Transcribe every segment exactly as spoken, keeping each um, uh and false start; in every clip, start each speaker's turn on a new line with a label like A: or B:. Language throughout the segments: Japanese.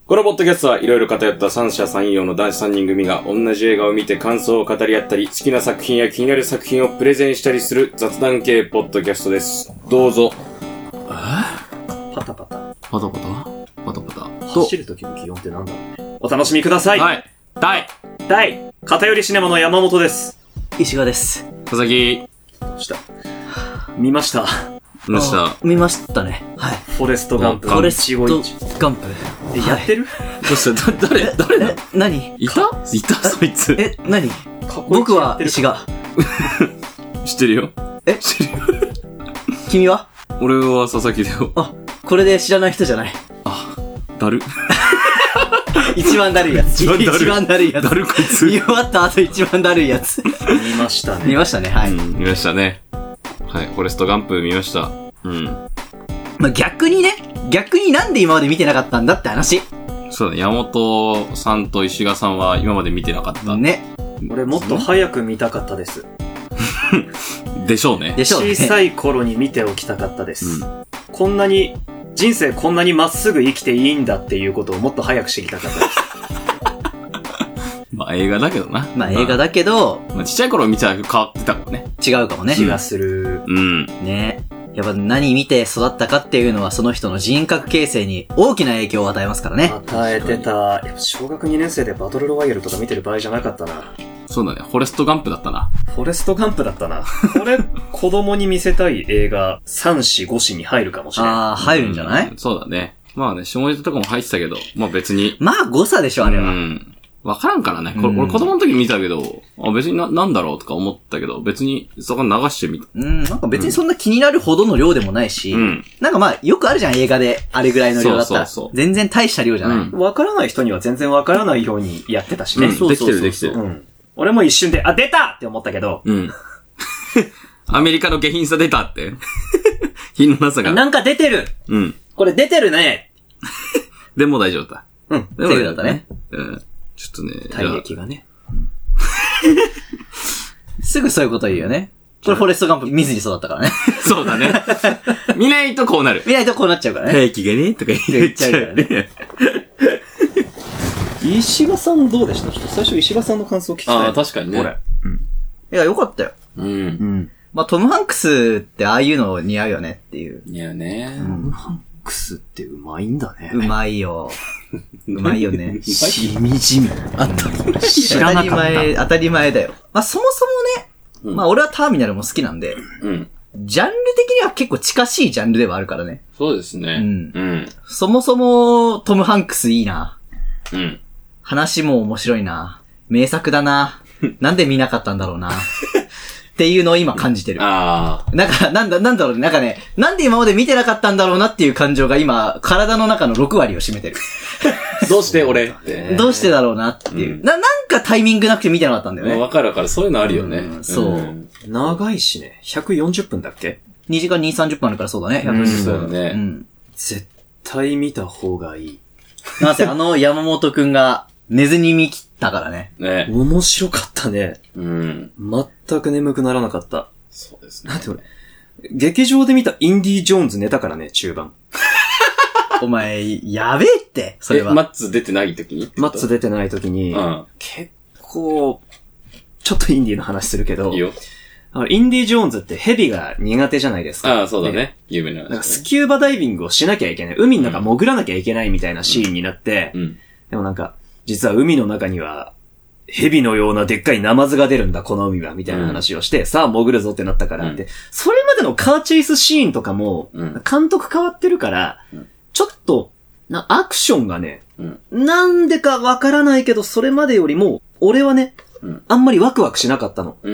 A: このポッドキャストはいろいろ偏った三者三様の男子三人組が同じ映画を見て感想を語り合ったり、好きな作品や気になる作品をプレゼンしたりする雑談系ポッドキャストです。どうぞ。
B: えパタパタ。
A: パタパタパタパタ。
B: 走る時の気温ってなんだろうね。お楽しみください。
A: はい。大
B: 大偏りシネマの山本です。
C: 石川です。
A: 佐々木。
B: どうした見ました。
A: 見ました。
C: 見ましたね。はい。
B: フォレストガンプ。
C: フォレストガンプ。
B: え、やってる？
A: どうしただ、誰誰だ
C: 何
A: いたいたそいつ。
C: え、何僕は石川。
A: 知ってるよ。
C: え
A: 知ってるよ。
C: 君は
A: 俺は佐々木だよ。
C: あ、これで知らない人じゃない。
A: あ、だる。
C: 一番だるいやつ。
A: 一番だるい。
C: 一番だるいやつ。
A: だるこいつ。
C: 見終わった後一番だるいやつ。
B: 見ましたね。
C: 見ましたね、はい。
A: うん、見ましたね。はい、フォレストガンプ見ました。うん。
C: まあ、逆にね、逆になんで今まで見てなかったんだって話。
A: そうだね、山本さんと石川さんは今まで見てなかった。
C: ね。
B: 俺もっと早く見たかったです。
A: でしょうね。
C: でしょうね。
B: 小さい頃に見ておきたかったです。
A: うん、
B: こんなに、人生こんなにまっすぐ生きていいんだっていうことをもっと早く知りたかったです。
A: まあ映画だけどな。
C: まあ映画だけど、
A: まあ、ちっちゃい頃見てたら変わってたからね。
C: 違うかもね。
B: 気がする。
A: うん。
C: ね。やっぱ何見て育ったかっていうのはその人の人格形成に大きな影響を与えますからね。
B: 与えてた。やっぱ小学にねん生でバトルロワイヤルとか見てる場合じゃなかったな。
A: そうだね。フォレストガンプだったな。
B: フォレストガンプだったな。これ、子供に見せたい映画さん、よん、ごに入るかもしれない。
C: ああ、入るんじゃない、
A: うん、そうだね。まあね、下ネタとかも入ってたけど、まあ別に。
C: まあ誤差でしょ、あれは。
A: うん。わからんからね。これ、俺子供の時見たけど、あ別にな、なんだろうとか思ったけど、別にそこ流してみた。
C: うん、なんか別にそんな気になるほどの量でもないし、
A: うん、
C: なんかまあよくあるじゃん、映画であれぐらいの量だったら。そうそうそう全然大した量じゃない。
B: わ、うん、からない人には全然わからないようにやってたしね。
A: うん、そうそうそうそうできてるできてる。
B: うん。俺も一瞬で、あ、出たって思ったけど。
A: うん。アメリカの下品さ出たって。品のなさが。
B: なんか出てる
A: うん。
B: これ出てるね
A: でも大丈夫だ。
C: うん。でも大丈夫だったね。
A: うん。ちょっとね。
B: 体液がね。
C: すぐそういうこと言うよね。これフォレストガンプ見ずに育ったからね。
A: そうだね。見ないとこうなる。
C: 見ないとこうなっちゃうからね。
A: 体液がね、とか言っちゃうからね。
B: 石川さんどうでした？ちょっと最初石川さんの感想聞きたい。
A: ああ、確かにね。
B: これ。
C: うん。いや、よかったよ。
A: うん。う
C: ん。まあ、トム・ハンクスってああいうの似合うよねっていう。
A: 似合うね。
B: トム・ハンクスってうまいんだね。
C: うまいよ。うまいよね。
B: しみじみ。
C: 当たり知らなかった。当たり前、当たり前だよ。まあ、そもそもね、うん、まあ、俺はターミナルも好きなんで、うん。ジャンル的には結構近しいジャンルではあるからね。
A: そうですね。うん。うん。
C: そもそも、トム・ハンクスいいな。
A: うん。
C: 話も面白いな。名作だな。なんで見なかったんだろうな。っていうのを今感じてる。
A: ああ。
C: なんか、なんだ、なんだろうね。なんかね、なんで今まで見てなかったんだろうなっていう感情が今、体の中のろく割を占めてる。
A: どうして俺って。
C: どうしてだろうなっていう。うん、な、なんかタイミングなくて見てなかったんだよね。
A: わかるわかる。そういうのあるよね。
C: うん、そう、うん。
B: 長いしね。ひゃくよんじゅっぷんだっけ ?
C: に 時間にじゅう、さんじゅっぷんあるからそうだね。ひゃくよんじゅっぷん。
A: そうだね。
C: うん。
B: 絶対見た方がいい。
C: なぜあの山本くんが寝ずに見切ったからね。
B: ね。面白かったね。
A: うん。
B: 全く眠くならなかった。
A: そうですね。
B: だって俺、劇場で見たインディ・ジョーンズ寝たからね、中盤。
C: お前、やべえって、それは。
A: マッツ出てない時に
B: マッツ出てない時に、うん、結構、ちょっとインディの話するけど、いいよ。インディ・ジョーンズってヘビが苦手じゃないですか。
A: ああ、そうだね。有名な話、ね。
B: なんかスキューバダイビングをしなきゃいけない。海の中潜らなきゃいけないみたいなシーンになって、うんうん、でもなんか、実は海の中には、蛇のようなでっかいナマズが出るんだ、この海は、みたいな話をして、うん、さあ潜るぞってなったからって、うん、それまでのカーチェイスシーンとかも、うん、監督変わってるから、うん、ちょっと、な、アクションがね、うん、なんでかわからないけど、それまでよりも、俺はね、うん、あんまりワクワクしなかったの。うん、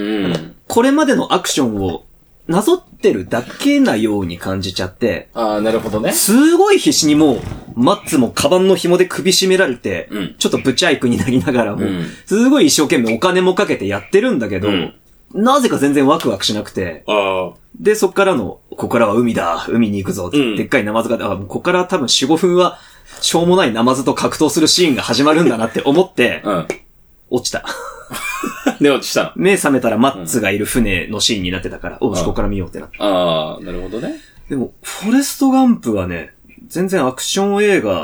B: これまでのアクションを、なぞってるだけなように感じちゃって。
A: ああ、なるほどね。
B: すごい必死にもう、マッツもカバンの紐で首絞められて、うん、ちょっとブチャイクになりながらも、うん、すごい一生懸命お金もかけてやってるんだけど、うん、なぜか全然ワクワクしなくて、あで、そっからの、ここからは海だ、海に行くぞ、うん、でっかいナマズが、あ、ここから多分よん、ごふんは、しょうもないナマズと格闘するシーンが始まるんだなって思って、うん、落ちた。
A: で、落ちた。
B: 目覚めたらマッツがいる船のシーンになってたから、うん、お、ここから見ようってなった。
A: ああ、なるほどね。
B: でも、フォレストガンプはね、全然アクション映画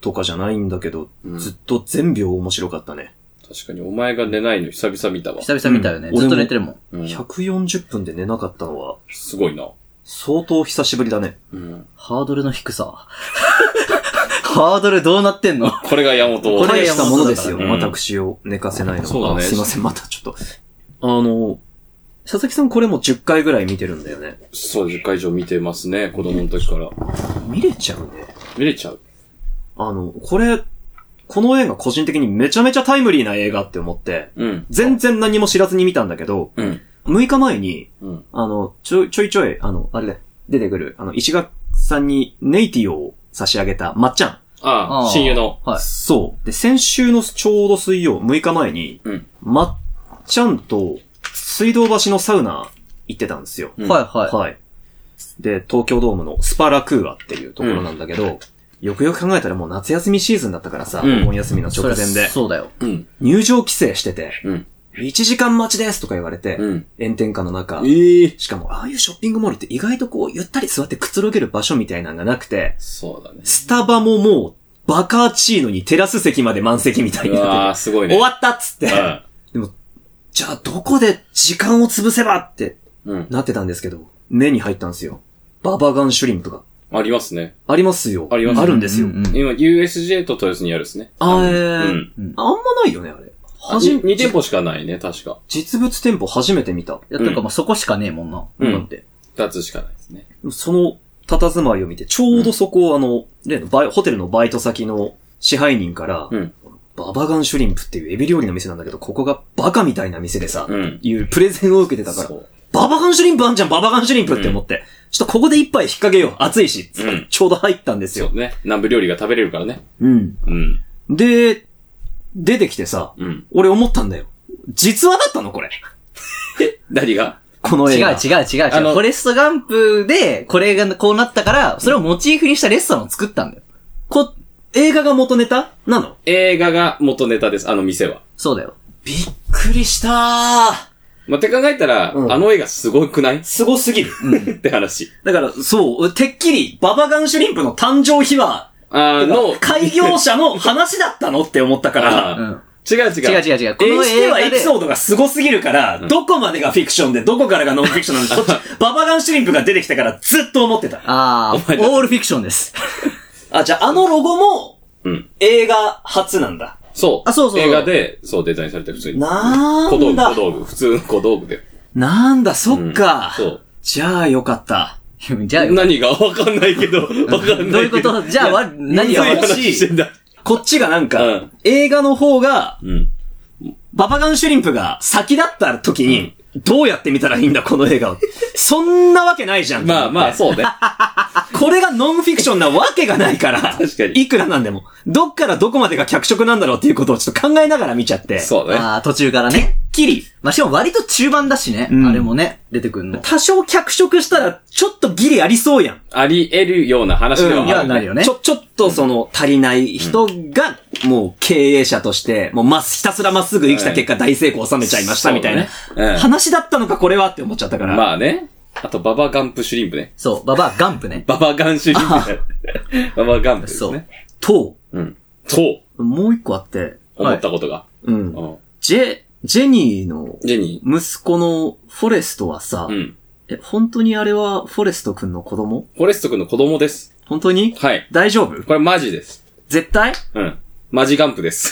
B: とかじゃないんだけど、
A: うん、
B: ずっと全秒面白かったね。
A: 確かに、お前が寝ないの久々見たわ。
C: 久々見たよね。うん、ずっと寝てるもん。
B: うん、ひゃくよんじゅっぷんで寝なかったのは、
A: すごいな。
B: 相当久しぶりだね。
C: うん、ハードルの低さ。ハードルどうなってんの？
A: これが山本。
B: これがしたものですよ。うん、私を寝かせないのは。
A: そうだね。
B: すいません、またちょっと。あの、佐々木さんこれもじゅっかいぐらい見てるんだよね。
A: そう、じゅっかい以上見てますね、子供の時から。
B: 見れちゃうね。
A: 見れちゃう。
B: あの、これ、この映画個人的にめちゃめちゃタイムリーな映画って思って、
A: うん、
B: 全然何も知らずに見たんだけど、
A: うん、
B: むいかまえに、
A: うん、
B: あの、ちょ、ちょいちょい、あの、あれで、出てくる、あの、石垣さんにネイティを差し上げたまっちゃん。
A: ああ、親友の。
B: はい。そう。で、先週のちょうど水曜、むいかまえに、
A: うん、
B: まっちゃんと、水道橋のサウナ行ってたんですよ。
C: うん、はいはい。
B: はい。で、東京ドームのスパラクーアっていうところなんだけど、うん、よくよく考えたらもう夏休みシーズンだったからさ、うん、お盆休みの直前で。
C: そ, そうだよ。
B: うん。入場規制してて、
A: うん。
B: いちじかん待ちですとか言われて、
A: うん、
B: 炎天下の中、
A: えー、
B: しかもああいうショッピングモールって意外とこうゆったり座ってくつろげる場所みたいなのがなくて、
A: そうだね。
B: スタバももうバカーチーノにテラス席まで満席みたいになってて、
A: うわーすごいね。
B: 終わったっつって、うん、でもじゃあどこで時間を潰せばってなってたんですけど、目に入ったんですよ。ババガンシュリンプが。
A: ありますね。
B: ありますよ。
A: あります、ね。
B: あるんですよ。
A: うんうん、今 ユーエスジェー と豊洲にあるですね。
B: あー、えー、
A: うん。
B: あんまないよね、あれ。
A: はじ、に店舗しかないね、確か。
B: 実物店舗初めて見た。
C: いや、とかまあそこしかねえもんな。
A: うん。だって。二つしかないですね。
B: その、佇まいを見て、ちょうどそこをあの、例のバイ、ホテルのバイト先の支配人から、うん。ババガンシュリンプっていうエビ料理の店なんだけど、ここがバカみたいな店でさ、うん、いうプレゼンを受けてたから、ババガンシュリンプあんじゃん、ババガンシュリンプって思って、うん、ちょっとここで一杯引っ掛けよう、暑いし、うん、ちょうど入ったんですよ。
A: そうね。南部料理が食べれるからね。
B: うん。
A: うん。
B: で、出てきてさ、うん、俺思ったんだよ。実話だったのこれ。
A: え、何が
C: この映画。違う違う違う違う。あの、フォレストガンプで、これがこうなったから、それをモチーフにしたレストランを作ったんだよ。
B: こ、映画が元ネタなの？
A: 映画が元ネタです、あの店は。
C: そうだよ。
B: びっくりしたー。
A: まあ、って考えたら、うん、あの映画すごくない
B: すごすぎる。
A: うん、って話。
B: だから、そう、てっきり、ババガンシュリンプの誕生秘話、
A: あの、
B: 開業者の話だったのって思ったから、
A: うん、違う違う。
C: 違う違う違う。
B: この映画ではエピソードがすごすぎるから、うん、どこまでがフィクションで、どこからがノンフィクションなんで、そっち、ババガンシュリンプが出てきたからずっと思ってた。
C: ああ、オールフィクションです。
B: あ、じゃああのロゴも、うん、映画初なんだ。
A: そう。
C: あ、そうそう。
A: 映画で、そうデザインされて普通に。
B: なんだ。
A: 小道具、小道具。普通の小道具で。
B: なんだ、そっか。
A: うん、そう。
B: じゃあよかった。
C: じゃあ
A: 何がわかんないけど、わかんないけど。
C: どういうことじゃあ、わ、何が
B: 欲しいこっちがなんか、うん、映画の方が、うん、ババガンシュリンプが先だった時に、うん、どうやって見たらいいんだ、この映画を。そんなわけないじゃん。
A: まあまあ、そうね。
B: これがノンフィクションなわけがないから。
A: 確かに。
B: いくらなんでも。どっからどこまでが脚色なんだろうっていうことをちょっと考えながら見ちゃって。
A: そうね。
C: ああ、途中からね。
B: てっきり。
C: まあ、しかも割と中盤だしね。うん、あれもね、出てくるの。
B: 多少脚色したら、ちょっとギリありそうやん。
A: あり得るような話ではある、ね。
C: うん、いや、なるよね。
B: ちょ、ちょっとその、足りない人が、もう経営者として、もうま、ひたすらまっすぐ生きた結果大成功を収めちゃいましたみたいな。うん、話だったのかこれはって思っちゃったから。
A: まあね。あと、ババガンプシュリンプね。
C: そう、ババガンプね。
A: ババガンシュリンプ。ババガンプですね。
B: と、
A: うん。と、
B: もう一個あって、
A: 思ったことが。
B: うん。うん、ジェ、ジェニーの、
A: ジェニ
B: ー息子のフォレストはさ、うん。え、本当にあれはフォレスト君の子供？
A: フォレスト君の子供です。
B: 本当に？
A: はい。
B: 大丈夫？
A: これマジです。
B: 絶対？
A: うん。マジガンプです。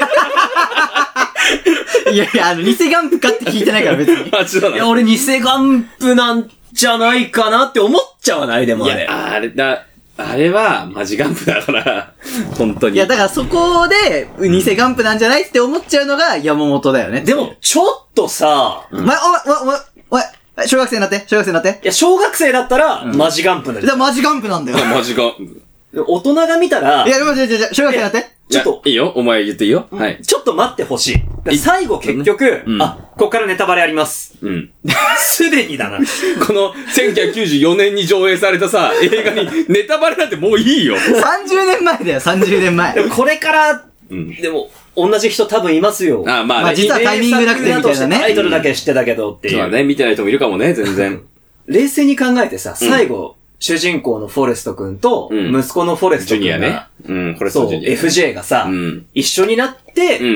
C: いやいや、あの、偽ガンプかって聞いてないから別に。
A: マジだな。
B: いや、俺偽ガンプなんじゃないかなって思っちゃわないでもあれ。
A: いや、あれだ、あれはマジガンプだから、本当に。
C: いや、だからそこで、偽ガンプなんじゃないって思っちゃうのが山本だよね。
B: でも、ちょっとさ、
C: うん、ま、お前、お前、お前、小学生になって、小学生になって。
B: いや、小学生だったら、うん、マジガンプだよ。
C: じゃマジガンプなんだよ。
A: マジガンプ。
B: 大人が見たら、
C: いや、待って、小学生になって。
A: ちょっと。いいよ、お前言っていいよ。はい。
B: ちょっと待ってほしい。最後結局、うん、あ、ここからネタバレあります。
A: うん。
B: すでにだな。
A: このせんきゅうひゃくきゅうじゅうよねんに上映されたさ、映画にネタバレなんてもういいよ。
C: さんじゅうねんまえだよ、さんじゅうねんまえ。
B: でもこれから、うん、でも、同じ人多分いますよ。
A: ああ、まあね。
C: まあ実はタイミングなくてみたいなね。
B: タイトルだけ知ってたけどっていう。
A: そうだね、見てない人もいるかもね、全然。
B: 冷静に考えてさ、最後、うん主人公のフォレスト君と、息子のフォレスト君が、
A: ジュニアね。うん、フォレストジュニア。
B: そう、エフジェー がさ、うん、一緒になって、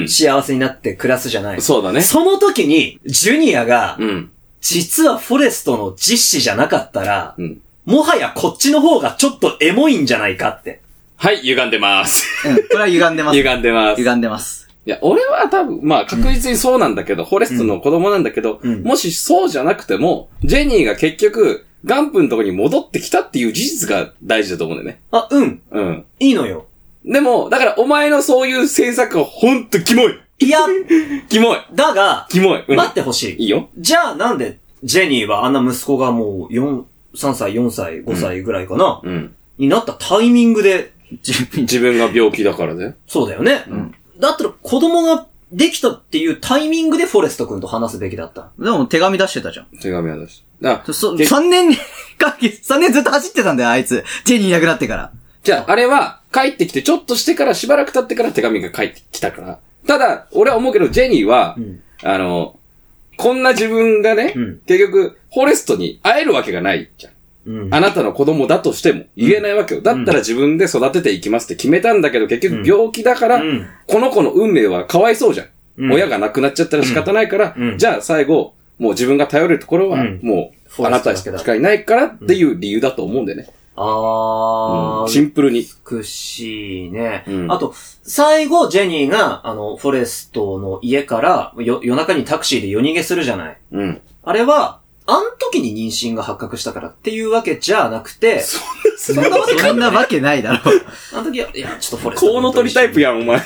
B: 幸せになって暮らすじゃない。
A: そうだね。
B: その時に、ジュニアが、うん、実はフォレストの実子じゃなかったら、うん、もはやこっちの方がちょっとエモいんじゃないかって。
A: はい、歪んでます。
C: うん、これは歪んでます。
A: 歪んでます。
C: 歪んでます。
A: いや、俺は多分、まあ確実にそうなんだけど、うん、フォレストの子供なんだけど、うん、もしそうじゃなくても、ジェニーが結局、ガンプのとこに戻ってきたっていう事実が大事だと思うんだよね。
B: あ、うん。
A: うん。
B: いいのよ。
A: でも、だからお前のそういう詮索はほんとキモい。
B: いや、
A: キモい。
B: だが、
A: キモい。
B: うん、待ってほしい。
A: いいよ。
B: じゃあなんで、ジェニーはあんな息子がもうよん、さんさい、よんさい、ごさいぐらいかな、うん、うん。になったタイミングで、
A: 自分が病気だからね。
B: そうだよね。うん。だったら子供ができたっていうタイミングでフォレスト君と話すべきだった。
C: でも手紙出してたじゃん。
A: 手紙は出して。
C: だそ、さんねんかけ、さんねんずっと走ってたんだよ、あいつ。ジェニーいなくなってから。
A: じゃあ、あれは、帰ってきてちょっとしてからしばらく経ってから手紙が帰ってきたから。ただ、俺は思うけど、ジェニーは、うん、あの、こんな自分がね、うん、結局、フォレストに会えるわけがないじゃん。うん、あなたの子供だとしても言えないわけよ。だったら自分で育てていきますって決めたんだけど、結局病気だから、うん、この子の運命はかわいそうじゃん。うん、親が亡くなっちゃったら仕方ないから、うん、じゃあ最後、もう自分が頼れるところは、もう、あなたしかいないからっていう理由だと思うんだよね。
B: あー、
A: うん。シンプルに。
B: 美しいね。うん、あと、最後、ジェニーが、あの、フォレストの家から、よ、夜中にタクシーで夜逃げするじゃない。うん。あれは、あん時に妊娠が発覚したからっていうわけじゃなくて、
C: そんな、そんなわけそんなわけないだろ。
B: あの時は、いや、ちょっとフォレスト。
A: コウノトリタイプやん、お前。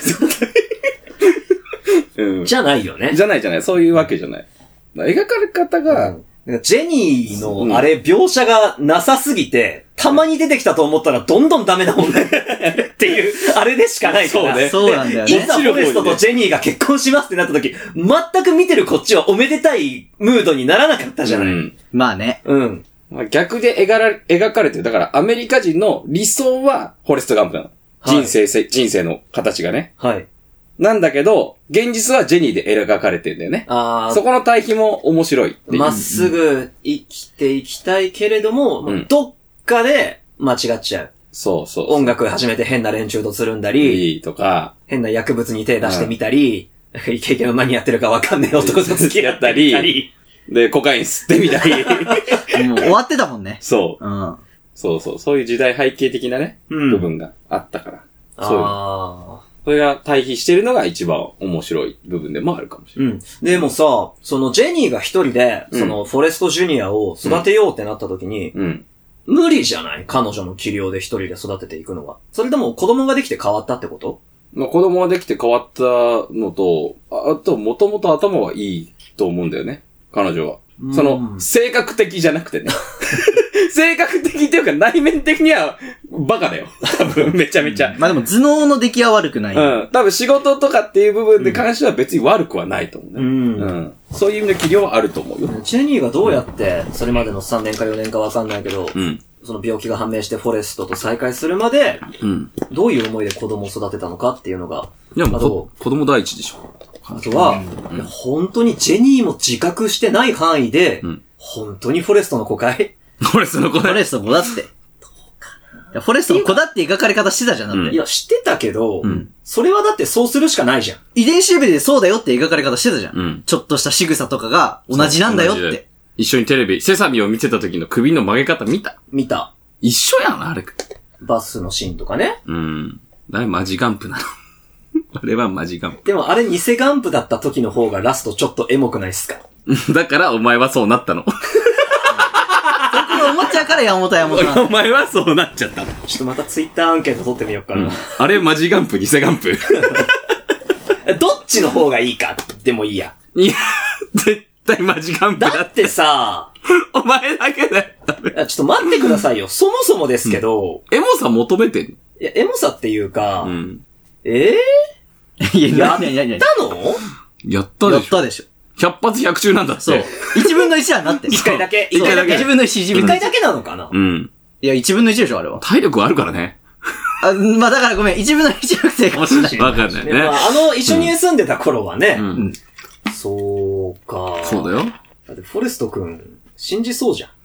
B: うん、じゃないよね。
A: じゃないじゃない。そういうわけじゃない。描かれ方が、うん
B: ジェニーの、あれ、描写がなさすぎて、たまに出てきたと思ったら、どんどんダメな女っていう、あれでしかないから。
C: そうね。そうなんだよね。
B: いざフォレストとジェニーが結婚しますってなった時、全く見てるこっちはおめでたいムードにならなかったじゃない。うん、
C: まあね。
B: うん。
A: 逆で描ら描かれてる。だからアメリカ人の理想は、フォレストガンプなの。はい、人生、人生の形がね。
B: はい。
A: なんだけど、現実はジェニーで描かれてるんだよね。ああ。そこの対比も面白い。
B: まっすぐ生きていきたいけれども、うん、どっかで間違っちゃう。
A: そうそうそう。
B: 音楽始めて変な連中とつるんだり、
A: いいとか、
B: 変な薬物に手出してみたり、うん、イケイケの何やってるかわかんない男と付き合ったり、
A: で、コカイン吸ってみたり。
C: もう終わってたもんね。
A: そう。うん。そうそう。そういう時代背景的なね、うん、部分があったから。そういう。ああ。それが対比してるのが一番面白い部分でもあるかもしれない。うん。
B: でもさ、そのジェニーが一人で、そのフォレストジュニアを育てようってなった時に、うん。無理じゃない？彼女の器量で一人で育てていくのが。それでも子供ができて変わったってこと？
A: まあ子供ができて変わったのと、あともともと頭はいいと思うんだよね。彼女は。その、性格的じゃなくてね。性格的っていうか内面的にはバカだよ。多分めちゃめちゃ。
C: まあでも頭脳の出来は悪くない。
A: うん。多分仕事とかっていう部分で関しては別に悪くはないと思うね。うん。うん、そういう意味の器量はあると思うよ。
B: ジェニーがどうやって、それまでのさんねんかよねんかわかんないけど、うん。その病気が判明してフォレストと再会するまで、うん。どういう思いで子供を育てたのかっていうのが。
A: いやもう子供第一でしょ。
B: あとは、うん、本当にジェニーも自覚してない範囲で、うん、本当にフォレストの子かい？
A: フォレストの子だ。
C: フォレストの子だって。どうかな。フォレストの子だって描かれ方してたじゃん、だって。
B: いや、してたけど、うん、それはだってそうするしかないじゃん。
C: 遺伝子レベルでそうだよって描かれ方してたじゃん。うん、ちょっとした仕草とかが同じなんだよって。
A: 一緒にテレビ、セサミを見てた時の首の曲げ方見た？
B: 見た。
A: 一緒やん、あれ。
B: バスのシーンとかね。
A: うん。あれマジガンプなの。あれはマジガンプ。
B: でもあれ偽ガンプだった時の方がラストちょっとエモくないっすか？
A: だからお前はそうなったの。
C: 僕の思っちゃうから山本山本。
A: お前はそうなっちゃったの。
B: ちょっとまたツイッターアンケート取ってみようかな。うん、
A: あれマジガンプ偽ガンプ。
B: どっちの方がいいかでもいいや。
A: いや、絶対マジガンプだって。
B: だってさ、
A: お前だけだよ。
B: ちょっと待ってくださいよ。そもそもですけど。
A: うん、エモさ求めてんの？
B: いや、エモさっていうか、うん、えぇ、ー、いや、やったの？
A: やったでしょ。
C: やったでしょ。
A: ひゃく発ひゃく中なんだって。
C: そう。いちぶんのいちはなって。
B: いっかいだけ。
A: いっかいだけ。
C: いちぶんのいち、いちぶんのいち。
B: いっかいだけなのかな？
A: うん。
C: いや、いちぶんのいちでしょ、あれは。
A: 体力はあるからね。
C: あ、まあだからごめん、いちぶんのいちのせいかもしれない。
A: わかんないね。
B: まあ、あの、一緒に住んでた頃はね。うん。うん、そうか。
A: そうだよ。
B: だって、フォレスト君、信じそうじゃん。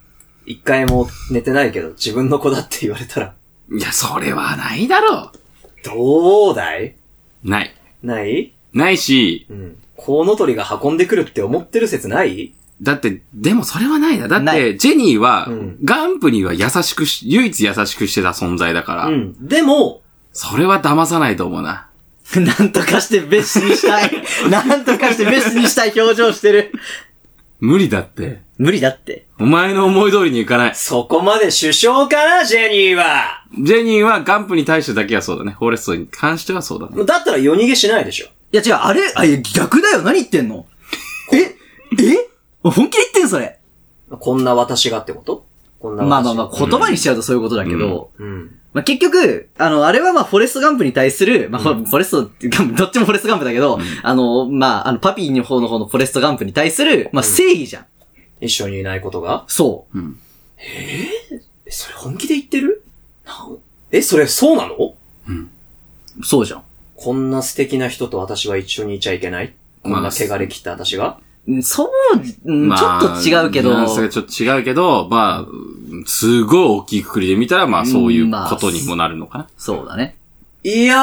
B: 一回も寝てないけど自分の子だって言われたら。
A: いや、それはないだろう。
B: どうだい？
A: ない。
B: ない
A: ないし、
B: うん。コウノトリが運んでくるって思ってる説ない？
A: だって、でもそれはないな。だって、ジェニーは、うん、ガンプには優しくし、唯一優しくしてた存在だから。
B: うん。でも、
A: それは騙さないと思うな。
C: なんとかして別紙にしたい。なんとかして別紙にしたい表情してる。
A: 無理だって。
C: 無理だって。
A: お前の思い通りにいかない。
B: そこまで首相かな、ジェニーは。
A: ジェニーはガンプに対してだけはそうだね。フォレストに関してはそうだね。
B: だったら夜逃げしないでしょ。
C: いや違う、あれあ、いや逆だよ。何言ってんの？ええ本気で言ってんそれ。
B: こんな私がってこと？こんな私。
C: まあまあまあ、言葉にしちゃうとそういうことだけど。
B: うん。うん
C: まあ、結局、あの、あれはまあ、フォレストガンプに対する、まあ、うん、フォレスト、どっちもフォレストガンプだけど、うん、あの、まあ、あの、パピーの方の方のフォレストガンプに対する、まあ、正義じゃん。
B: 一緒にいないことが？
C: そう。
A: うん、
B: えー、それ本気で言ってる？え、それそうなの？
A: うん。
C: そうじゃん。
B: こんな素敵な人と私は一緒にいちゃいけない？こんな汚れ切った私が？
C: そう、うんまあ、ちょっと違うけど。
A: それちょっと違うけど、まあ、すごい大きい括りで見たら、まあそういうことにもなるのかな。まあ、
C: そうだね。
B: いや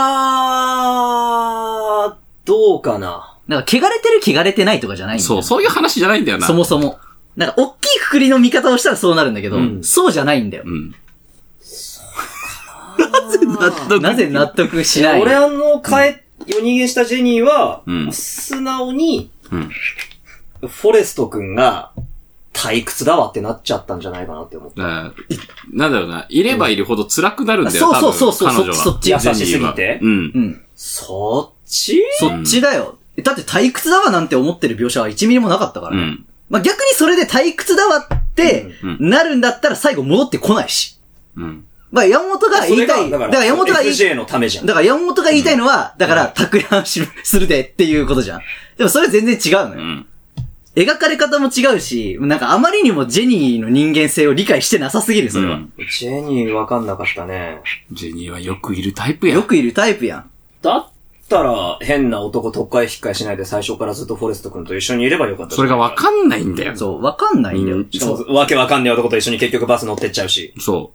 B: ー、どうかな。
C: なんか、汚れてる汚れてないとかじゃないんだよ。
A: そう、そういう話じゃないんだよな。
C: そもそも。なんか、大きい括りの見方をしたらそうなるんだけど、うん、そうじゃないんだよ。
A: うん。
C: なぜ納得なぜ納得しない？
B: 俺あの、帰、夜逃げしたジェニーは、うん、素直に、
A: うん
B: フォレスト君が退屈だわってなっちゃったんじゃないかなって思った。
A: なんだろうな。いればいるほど辛くなるんだよ、
C: うん、そうそうそうそう。
A: 彼女は。
C: そっち。
B: 優しすぎて。
A: うん。
C: うん。
B: そっち
C: そっちだよ。だって退屈だわなんて思ってる描写はいちミリもなかったからね。うん。まあ、逆にそれで退屈だわってなるんだったら最後戻ってこないし。
A: うん。
C: まあ、山本が言いたい。だから山本が言いたい。
B: エフジェー のためじゃん。
C: だから山本が言いたいのは、だから、たくらんし、するでっていうことじゃん。でもそれ全然違うのよ。うん。描かれ方も違うし、なんかあまりにもジェニーの人間性を理解してなさすぎる、それは。うん、
B: ジェニーわかんなかったね。
A: ジェニーはよくいるタイプやん。
C: よくいるタイプやん。
B: だったら、変な男特会引っかえしないで最初からずっとフォレスト君と一緒にいればよかった。
A: それがわかんないんだよ。
C: そう、わかんないんだよ。うん、
B: しかも、わけわかんない男と一緒に結局バス乗ってっちゃうし。
A: そう。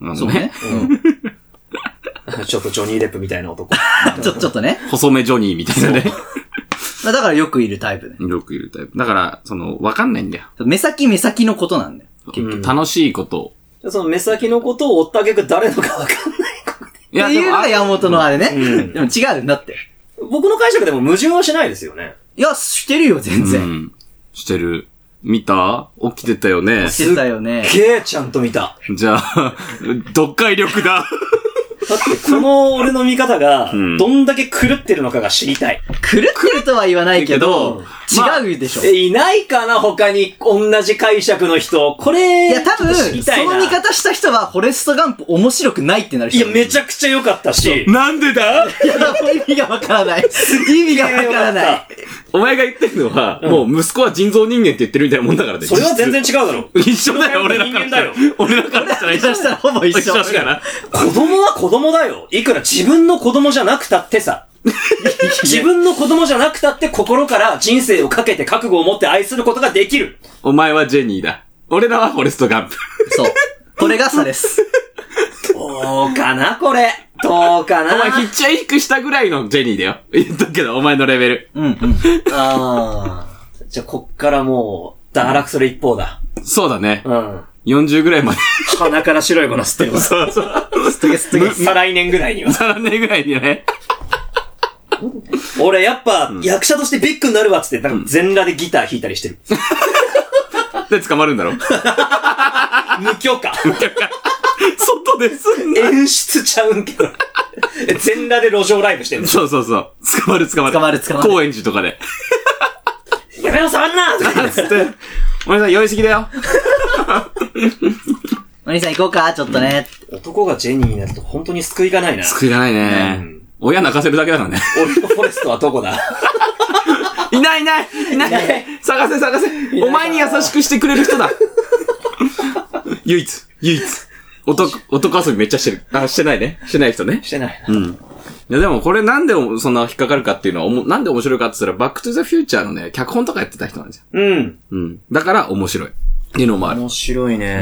C: うん、そうね。
B: うん、ちょっとジョニー・デップみたいな男。
C: ちょ、ちょっとね。
A: 細めジョニーみたいなね。
C: だからよくいるタイプね。
A: よくいるタイプ。だから、その、わかんないんだよ。
C: 目先目先のことなんだよ。
A: 結局、楽しいことを。
B: じゃその目先のことを追った挙句誰のかわかんない子で。
C: いや、っていうのが山本のあれね。うん、でも違うんだって。
B: 僕の解釈でも矛盾はしないですよね。
C: いや、してるよ、全然。うん。
A: してる。見た？起きてたよね。
C: 起きてたよね。
B: すっげーちゃんと見た。
A: じゃあ、読解力だ。
B: だってこの俺の見方が、どんだけ狂ってるのかが知りたい。
C: うん、狂ってるとは言わないけど、違うでしょ、ま
B: あ。いないかな他に同じ解釈の人。これ、
C: いや多分、その見方した人は、フォレストガンプ面白くないってなる人。
B: いや、めちゃくちゃ良かったし。
A: なんでだ
C: いや、意味がわからない。意味がわからない。
A: お前が言ってるのは、うん、もう息子は人造人間って言ってるみたいなもんだからね。
B: それは全然違うだろ。
A: 一緒だよ、俺らからしたら。俺らからしたら一緒
C: したらほぼ一緒。
A: 一緒だから。
B: 子供は子供だよ。いくら自分の子供じゃなくたってさ。自分の子供じゃなくたって心から人生をかけて覚悟を持って愛することができる。
A: お前はジェニーだ。俺らはフォレストガンプ。
C: そう。これが差です。
B: どうかなこれ。どうかな
A: お前ヒッチハイクしたぐらいのジェニーだよ。言っとくけど、お前のレベル。
C: うんうん。
B: ああ。じゃあ、こっからもう、堕落する一方だ。
A: そうだね。
B: うん。
A: よんじゅうぐらいまで。
B: 鼻から白いもの吸ってるわ。
A: そうそう。
C: 吸っとけ吸っとけ。
B: 再来年ぐらいには。
A: 再来年ぐらいにはね。
B: 俺やっぱ、役者としてビッグになるわっつって、なんか全裸でギター弾いたりしてる。
A: で、捕まるんだろ
B: 無許可。
A: 無許可。外ですんな。
B: 演出ちゃうんけど。全裸で路上ライブしてる。
A: そうそうそう。捕まる捕まる。
C: 捕まる捕まる。
A: 高円寺とかで。
B: やめろ、触んなとか
A: つって。お兄さん酔いすぎだよ。
C: お兄さん行こうか、ちょっとね。
B: 男がジェニーになると本当に救いがないな。
A: 救いがないね。うん、親泣かせるだけだからね。
B: 俺とフォレストはどこだ
A: いないいないいない。探せ探せ。お前に優しくしてくれる人だ。唯一、唯一。男、男遊びめっちゃしてる。あ、してないね。してない人ね。
B: してない
A: な。うん。いやでもこれなんでそんな引っかかるかっていうのは、おもなんで面白いかって言ったら、バックトゥザフューチャーのね、脚本とかやってた人なんですよ。
B: うん。
A: うん。だから面白い。 っていうのもある。
B: 面白いね。
A: うん。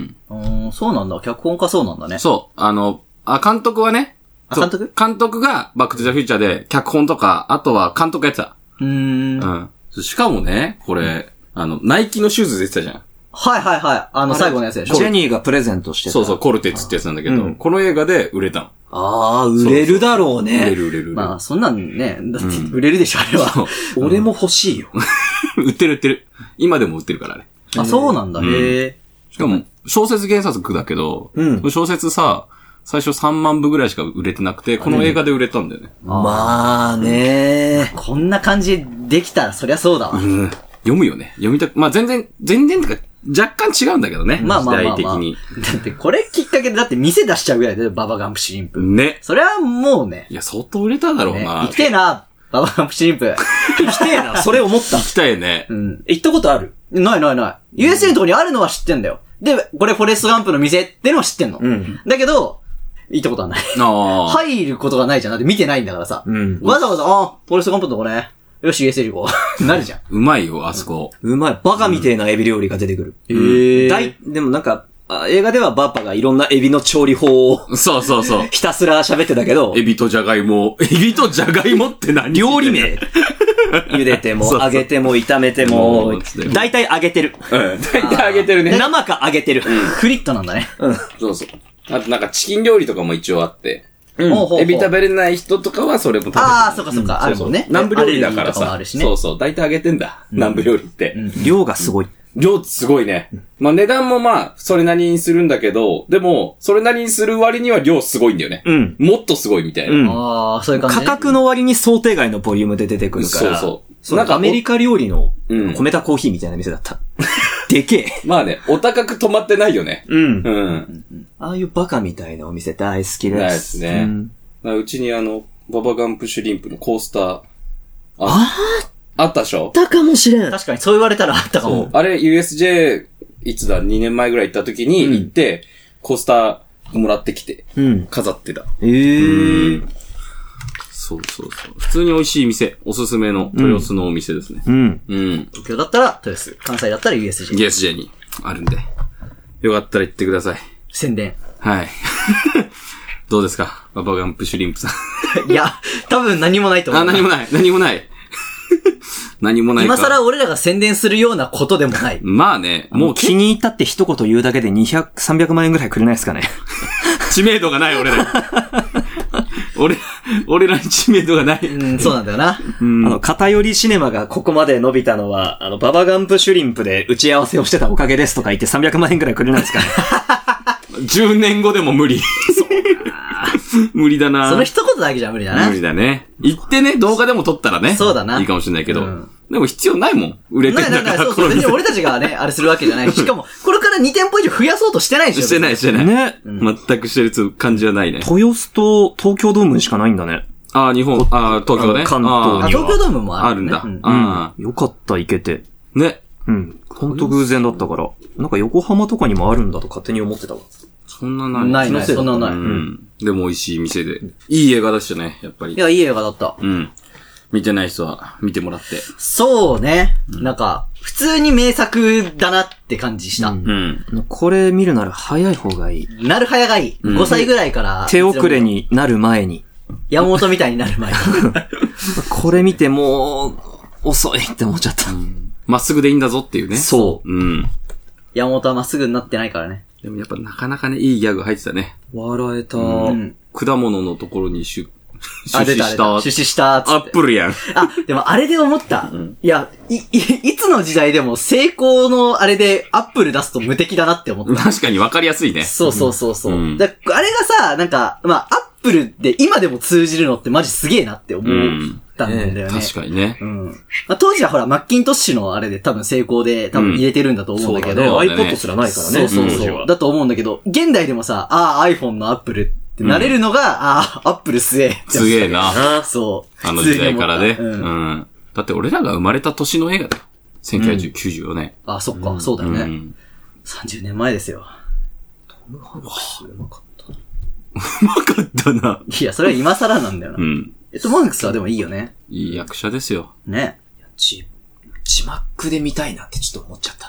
C: うん、そうなんだ。脚本家そうなんだね。
A: そう。あの、あ、監督はね。
C: あ、監督
A: 監督がバックトゥザフューチャーで脚本とか、あとは監督やってた。
C: うーん。
A: うん。しかもね、これ、うん、あの、ナイキのシューズ出てたじゃん。
C: はいはいはい。あの、最後のやつでしょ。
B: ジェニーがプレゼントしてた。
A: そうそう、コルテツってやつなんだけど、うん、この映画で売れたの。
B: ああ、売れるだろうね。
A: そうそう売れる売れる。
C: まあ、そんなんね、だって売れるでしょ、あれは。
B: 俺も欲しいよ。
A: 売ってる売ってる。今でも売ってるからあれ。
C: あ、そうなんだ。へえ。
A: しかも、小説原作だけど、うん、小説さ、最初さんまんぶぐらいしか売れてなくて、この映画で売れたんだよね。
B: うん、まあね
C: こんな感じできたらそりゃそうだわ。
A: うん、読むよね。読みたく、まあ全然、全然とか若干違うんだけどね。
C: まあまあまあ、まあ。
A: 時代的に。
C: だってこれきっかけでだって店出しちゃうぐらいだよ、ババガンプシュリンプ。
A: ね。
C: それはもうね。
A: いや、相当売れただろうな。ね、
C: 行きてえな、ババガンプシュリンプ。
B: 行きてえな、それ思った。
A: 行きたいね。
C: うん。
B: 行ったことある？
C: ないないない。ユーエスエー のとこにあるのは知ってんだよ。で、これフォレストガンプの店ってのは知ってんの。うん。だけど、行ったことはない。ああ。入ることがないじゃん。だって見てないんだからさ。うん。わざわざ、あフォレストガンプのとこね。よし、ユーエスエー 行こう。なるじゃん。
A: うまいよ、あそこ。
B: うまい。バカみてえなエビ料理が出てくる。
C: へ、うん、え
B: ー。でもなんか、映画ではバッパがいろんなエビの調理法を。
A: そうそうそう。
B: ひたすら喋ってたけど。
A: エビとジャガイモ。エビとジャガイモって何？
B: 料理名。茹でても、揚げても、炒めても、大体揚げてる。
A: うん。大体揚げてるね。
B: 生か揚げてる。
C: フリットなんだね。
A: うん。そうそう。あとなんかチキン料理とかも一応あって。
C: うん。
A: エビ食べれない人とかはそれも食べてる。
C: ああ、そっかそっか。あるもんね。
A: 南部料理だからさ。そうそう。大体揚げてんだ。南部料理って。
B: 量がすごい。
A: 量すごいね。まあ値段もまあ、それなりにするんだけど、でも、それなりにする割には量すごいんだよね。うん。もっとすごいみたいな。
B: うん。
C: ああ、そういう感じ。
B: 価格の割に想定外のボリュームで出てくるから。
A: そうそう。
B: そうなんかアメリカ料理の、米田コーヒーみたいな店だった。でけえ。
A: まあね、お高く泊まってないよね。
B: うん。
A: うん。
B: ああいうバカみたいなお店大好きです。
A: 大ですね。うん、うちにあの、ババガンプシュリンプのコースター。あ
B: あ
A: あったでしょ？
B: あったかもしれん。
C: 確かにそう言われたらあったかも。
A: そう。あれ ユーエスジェー、いつだ、にねんまえぐらい行った時に行って、うん、コースターもらってきて、うん、飾ってた。
B: へー。
A: そうそうそう。普通に美味しい店。おすすめの豊洲のお店ですね。
B: うん。
A: うん。
C: 東京だったら豊洲。関西だったら ユーエスジェー。
A: ユーエスジェー にあるんで。よかったら行ってください。
C: 宣伝。
A: はい。どうですかババガンプシュリンプさ
C: ん。いや、多分何もないと思う。
A: あ、何もない。何もない。何もないか。
C: 今更俺らが宣伝するようなことでもない。
A: まあね、
B: もう気に入ったって一言言うだけでにひゃく、さんびゃくまん円ぐらいくれないですかね。
A: 知名度がない俺ら。俺、俺らに知名度がない。
C: うん、そうなんだよな。
B: うん、あの、偏りシネマがここまで伸びたのは、あの、ババガンプシュリンプで打ち合わせをしてたおかげですとか言ってさんびゃくまん円ぐらいくれないですかね。
A: じゅうねんごでも無理。そう無理だな。
C: その一言だけじゃ無理だな。
A: 無理だね。言ってね、動画でも撮ったらね。
C: そうだな。
A: いいかもしれないけど。うん、でも必要ないもん。売れてんだから。ないないない、
C: そうそう。全然俺たちがね、あれするわけじゃないし。しかも、これからに店舗以上増やそうとしてないでしょ。
A: してないしてない。
B: ね。
A: うん、全くしてる感じはないね。
B: 豊洲と東京ドームしかないんだね。
A: ああ、日本、ああ、東京ね。
B: 関東には。
C: あ、東京ドームもあ
A: る、ね。あるんだ。
B: うん。ああ。よかった、行けて。
A: ね。
B: うん。ほんと偶然だったから。なんか横浜とかにもあるんだと勝手に思ってたわ。
A: そんなない。
C: ないない、そんなない。
A: うん。でも美味しい店で。いい映画だしね、やっぱり。
C: いや、いい映画だった。
A: うん。見てない人は見てもらって。
C: そうね。うん、なんか、普通に名作だなって感じした。
A: うん。
B: うん、これ見るなら早い方がいい。
C: なる早がいい。うん、ごさいぐらいから。
B: 手遅れになる前に。
C: 山本みたいになる前に。
B: これ見てもう、遅いって思っちゃった。
A: ま、うん、っすぐでいいんだぞっていうね。
B: そう。
A: うん。
C: 山本はまっすぐになってないからね。
A: でもやっぱなかなかね、いいギャグ入ってたね。
B: 笑えた。
A: うん、果物のところに出、出資した。
C: 出資した
A: アップルやん。
C: あ、でもあれで思った。うん、いや、い、い、いつの時代でも成功のあれでアップル出すと無敵だなって思った。
A: 確かに分かりやすいね。
C: そうそうそうそう。うん、だあれがさ、なんか、まあ、アップルで今でも通じるのってマジすげえなって思ったんだよね。うん
A: ね、確かにね。
C: うん。まあ、当時はほら、マッキントッシュのあれで多分成功で多分入れてるんだと思うんだけど。
B: うん、ね、iPod すらないからね。
C: そうそうそう。だと思うんだけど、現代でもさ、ああ、iPhone のアップルってなれるのが、うん、ああ、アップルすげえ。
A: すげえな。
C: そう。
A: あの時代からね。うん、うん。だって俺らが生まれた年の映画だよ。せんきゅうひゃくきゅうじゅうよねん。
C: うん、あ、そっか、うん、そうだよね、うん。さんじゅうねんまえですよ。
B: トム・ハンクスうまかった。
A: うまかったな。
C: いや、それは今更なんだよな。
A: うん。
C: トム・ハンクスはでもいいよね。
A: いい役者ですよ。
C: ね。
B: いや、字、字幕で見たいなってちょっと思っちゃった。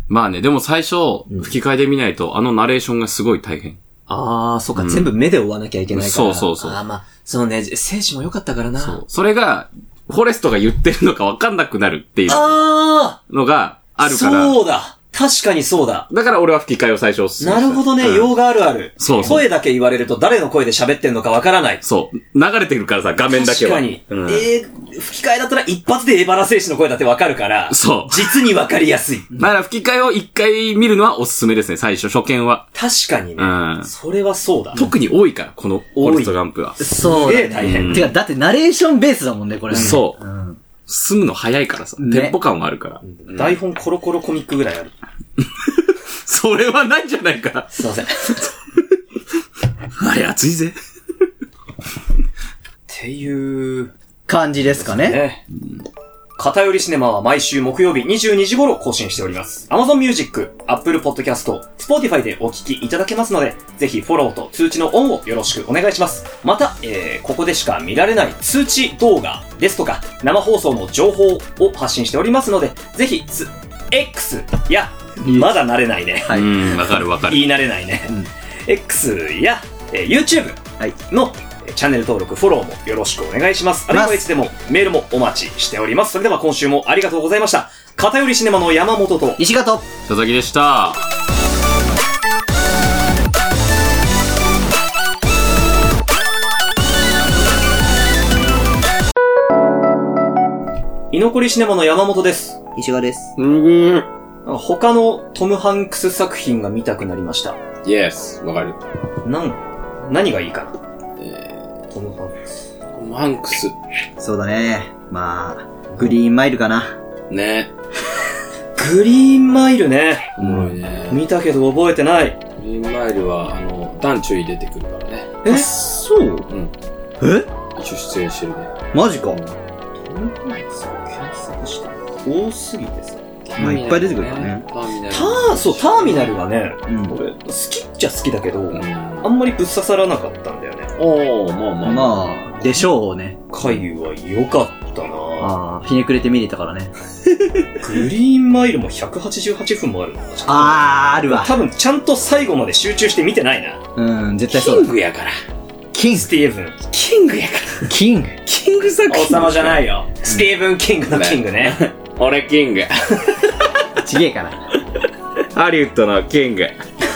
A: まあね、でも最初、吹き替えで見ないと、あのナレーションがすごい大変。
B: ああ、そっか、うん、全部目で追わなきゃいけないから。
A: そうそうそう。
B: ああ、まあ、そのね、生死も良かったからな。
A: そう。それが、フォレストが言ってるのか分かんなくなるっていうのがあるから。
B: そうだ。確かにそうだ。
A: だから俺は吹き替えを最初おすすめした。
B: なるほどね、うん、用があるある。
A: そうそう。
B: 声だけ言われると誰の声で喋ってんのかわからない。
A: そう。流れてるからさ、画面だけは。
B: 確かに。うん、えー、吹き替えだったら一発でエバラ戦士の声だってわかるから。
A: そう。
B: 実にわかりやすい。
A: だから吹き替えを一回見るのはおすすめですね、最初、初見は。
B: 確かにね。うん。それはそうだ。
A: 特に多いから、このフォレストガンプは。
C: そう。
B: すげえ大変。
C: てか、だってナレーションベースだもんね、これ。
A: そう。うん。進むの早いからさ、テンポ感はあるから。
B: うん、台本コロコロコミックぐらいある。
A: それはないんじゃないか。
B: すいません。
A: あれ熱いぜ。
B: っていう
C: 感じですかね。ね、
B: うん、偏りシネマは毎週木曜日にじゅうにじ頃更新しております。Amazon Music、Apple Podcast、Spotify でお聞きいただけますので、ぜひフォローと通知のオンをよろしくお願いします。また、えー、ここでしか見られない通知動画ですとか、生放送の情報を発信しておりますので、ぜひ、X や、まだ慣れないね。
A: はい。うん、わかるわかる。
B: 言い慣れないね。うん、X や、えー、YouTube の、はい、チャンネル登録、フォローもよろしくお願いします。あるいはいつでもメールもお待ちしております。それでは今週もありがとうございました。偏りシネマの山本と
C: 西方、
A: 佐々木でした。
B: 居残りシネマの山本です。
C: 石川です。
A: うん。
B: 他のトム・ハンクス作品が見たくなりました。
A: Yes、わかる。
B: なん、何がいいかな、えー、トム・ハンクス。
A: トム・ハンクス。
C: そうだね。まあ、グリーンマイルかな。
A: ね。
B: グリーンマイルね。
A: おもろいね。
B: 見たけど覚えてない。
A: グリーンマイルは、あの、ダンチュイ出てくるからね。
C: え、そう？うん。え？
A: 一応出演してるね。
C: マジか。ト
B: ム・ハンクスを検索した。多すぎてさ。
C: まあ、いっぱい出てくるからね。
B: ターミナル。ター、そう、ターミナルがね、うん、俺、好きっちゃ好きだけど、うん、あんまりぶっ刺さらなかったんだよね。
A: おー、まあまあ。
C: まあ、でしょうね。
B: 回は良かったなぁ。
C: ああ、ひねくれて見れたからね。
B: グリーンマイルもひゃくはちじゅうはちふんもあるの。
C: あー、あるわ。
B: 多分、ちゃんと最後まで集中して見てないな。
C: うん、絶対そうだ。
A: キングやから。
B: キング。スティーブン。
A: キングやから。
C: キング。
A: キング作品。
B: 王様じゃないよ。スティーブン・キングのキングね。
A: 俺キング。
C: ちげえかな。
A: ハリウッドのキング。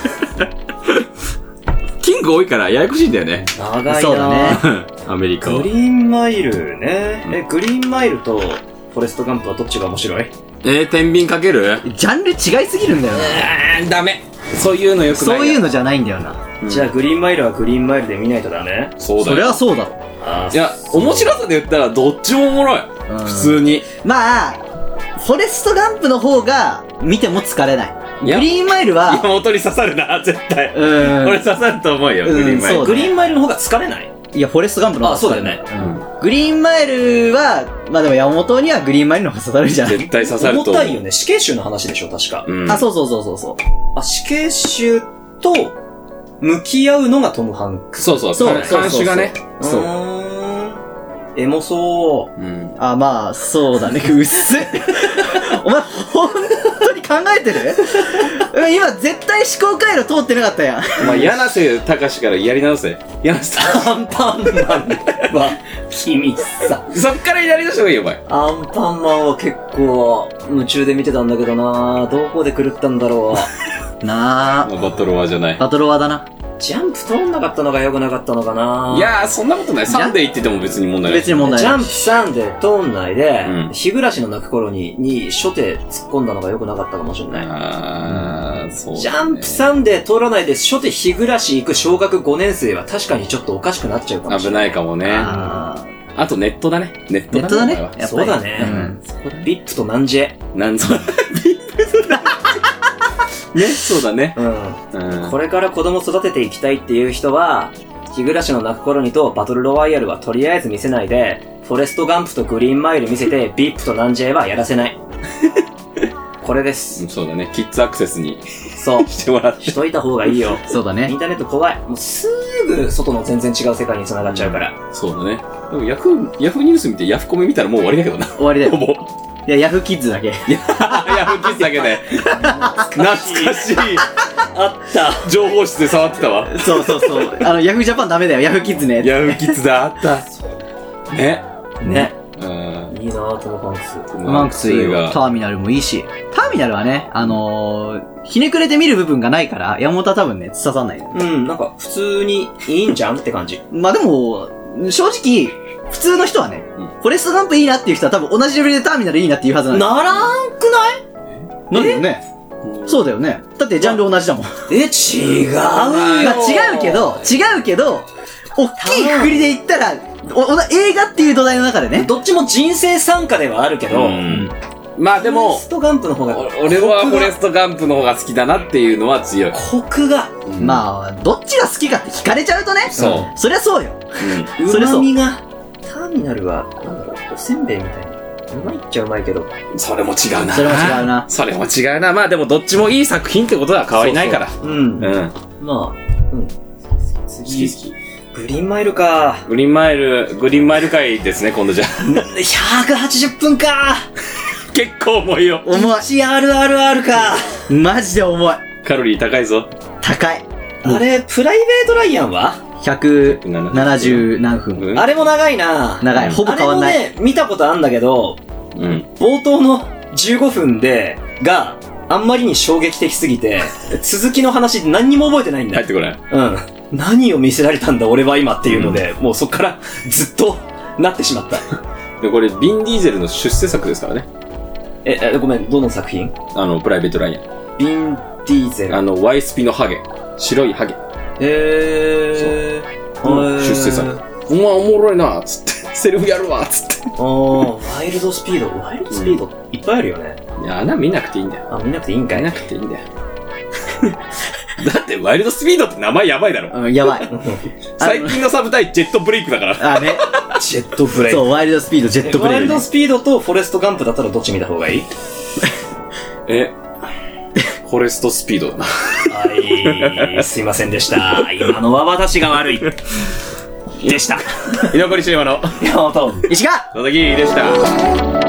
A: キング多いからややこしいんだよね。
B: 長いな。
C: そうだね。
A: アメリカは。
B: グリーンマイルね。え、グリーンマイルとフォレストガンプはどっちが面白い？
A: えー、天秤かける？
C: ジャンル違いすぎるんだよな。
A: えー、ダメ。そういうのよくない。
C: そういうのじゃないんだよな。
B: うん、じゃあグリーンマイルはグリーンマイルで見ないとダメ？
A: そうだよ。
C: それはそうだろ。
A: あいや、面白さで言ったらどっちもおもろい。うん、普通に。
C: まあ、フォレストガンプの方が見ても疲れない。グリーンマイルは。
A: 山本に刺さるな、絶対。
C: うん。
A: 俺刺さると思うよ、グリーンマイル。
B: そう、グリーンマイルの方が疲れない？
C: いや、フォレストガンプの方が疲れない。
B: あ、そうだよね。
C: うん。グリーンマイルは、まあでも山本にはグリーンマイルの方が刺さるじゃん。
A: 絶対刺さると思う。
B: 重たいよね。死刑囚の話でしょ、確か。
C: うん。あ、そうそうそうそうそう。
B: あ、死刑囚と向き合うのがトム・ハンクス。
A: そうそうそう。監視がね。
B: そう。エモそう。
C: うん。あ、まあ、そうだね。うっす。お前、ほんとに考えてる？今、絶対思考回路通ってなかったやん。
A: お前、柳瀬隆からやり直せ。柳瀬隆。
B: アンパンマンは、君さ。
A: そっからやり直した方がいいよ、お前。
B: アンパンマンは結構、夢中で見てたんだけどな、どこで狂ったんだろ
C: う。な
A: ぁ。バトルワーじゃない。
C: バトルワーだな。
B: ジャンプ通んなかったのが良くなかったのかな。
A: いやー、そんなことない。サンデー行ってても別に問題ない。
C: 別に問題ない。
B: ジャンプサンデー通んないで、うん、日暮らしの泣く頃に、に、初手突っ込んだのが良くなかったかもしれない。
A: あー、そうだね。
B: ジャンプサンデー通らないで、初手日暮らし行く小学ごねん生は確かにちょっとおかしくなっちゃうかもしれない。
A: 危ないかもね。ああとネットだね。ネットだね。
C: ネットだね。やっぱり
B: そうだね。うん。ビップとナンジェ。
A: ナンジェ。ビップとナンジェ。ね、そうだね。
B: うん。うん、これから子供育てていきたいっていう人は、日暮らしの泣く頃にとバトルロワイヤルはとりあえず見せないで、フォレストガンプとグリーンマイル見せて、ビップとナンジェはやらせない。これです。
A: そうだね。キッズアクセスに。
B: そう。
A: してもらって。
B: しといた方がいいよ。
C: そうだね。
B: インターネット怖い。もうすぐ外の全然違う世界に繋がっちゃうから。
A: うん、そうだね。でもヤフー、ヤフーニュース見てヤフコメ見たらもう終わりだけどな。
C: 終わりだよ。
A: ほぼ。
C: いや、ヤフーキッズだけ。
A: ヤヤフーキッズだけで。懐かしい。
B: あった。
A: 情報室で触ってたわ。
C: そうそうそう。あの、ヤフージャパンダメだよ。ヤフーキッズね。
A: ヤフーキッズだ、あった。ね。
B: ね。
A: うん。
B: いいなぁ、トム・ハンクス。
C: トム・ハンクスいいよ。ターミナルもいいし。ターミナルはね、あのー、ひねくれて見る部分がないから、山本は多分ね、刺さんない、ね。
B: うん、なんか、普通にいいんじゃんって感じ。
C: まあでも、正直、普通の人はね、うん、フォレストガンプいいなっていう人は多分同じレベルでターミナルいいなっていうはずなん
B: ならんくない
C: なんだよね。そうだよね。だってジャンル同じだもん。
B: え、違うよ。ま
C: あ、違うけど、違うけど、大きいくくりで言ったら、おお映画っていう土台の中でね。
B: どっちも人生参加ではあるけど、うん、
A: まあでも、
B: フォレストガンプの方が、
A: 俺はフォレストガンプの方が好きだなっていうのは強い。
B: コクが。
C: うん、まあ、どっちが好きかって聞かれちゃうとね。
A: そう。
C: そりゃそうよ。
B: うん。それそう。旨味が、ターミナルは、なんだろう、おせんべいみたいな。うまいっちゃうまいけど。
A: それも違うな。
C: それも違うな。
A: それも違うな。まあでもどっちもいい作品ってことは変わりないから。
B: そうそう。うん。うん。まあ、うん。次。好き好き。グリーンマイルか。
A: グリーンマイル、グリーンマイル回ですね、今度じゃ。
B: ひゃくはちじゅっぷんか。
A: 結構重いよ。
C: 重い。
B: いちアールアールアール か。
C: マジで重い。
A: カロリー高いぞ。
C: 高い。
B: あれ、プライベートライアンは
C: ひゃくななじゅう何分。
B: あれも長いな。
C: 長い。ほぼ変わんない。
B: あれもね、見たことあんだけど、うん。冒頭のじゅうごふんで、が、あんまりに衝撃的すぎて、続きの話何にも覚えてないんだ。
A: 入ってこない。
B: うん。何を見せられたんだ俺は今っていうので、うん、もうそっからずっとなってしまった。
A: で、これ、ビン・ディーゼルの出世作ですからね。
B: え、え、ごめん、どの作品？
A: あの、プライベートライアン。
B: ビン・ディーゼル。
A: あの、ワイスピのハゲ。白いハゲ。
B: へー。
A: そう。出世作。お前おもろいなつって。セルフやるわつって。
B: あー、ワイルドスピード。ワイルドスピード、うん、いっぱいあるよね。
A: いや、あんな見なくていいんだよ。
B: あ、見なくていいんかい？
A: 見なくていいんだよ。だって、ワイルドスピードって名前やばいだろ。
C: うん、やばい。
A: 最近のサブタイジェットブレイクだから。
C: あ、ね。
B: ジェットブレイク。
C: そう、ワイルドスピード、ジェットブレイク、ね。
B: ワイルドスピードとフォレストガンプだったらどっち見た方がいい？
A: え、フォレストスピードだな。
B: はい、すいませんでした。今のは私が悪い。でした。
A: 居残りシネマの
B: 山本。
C: 石川
A: 佐々木でした。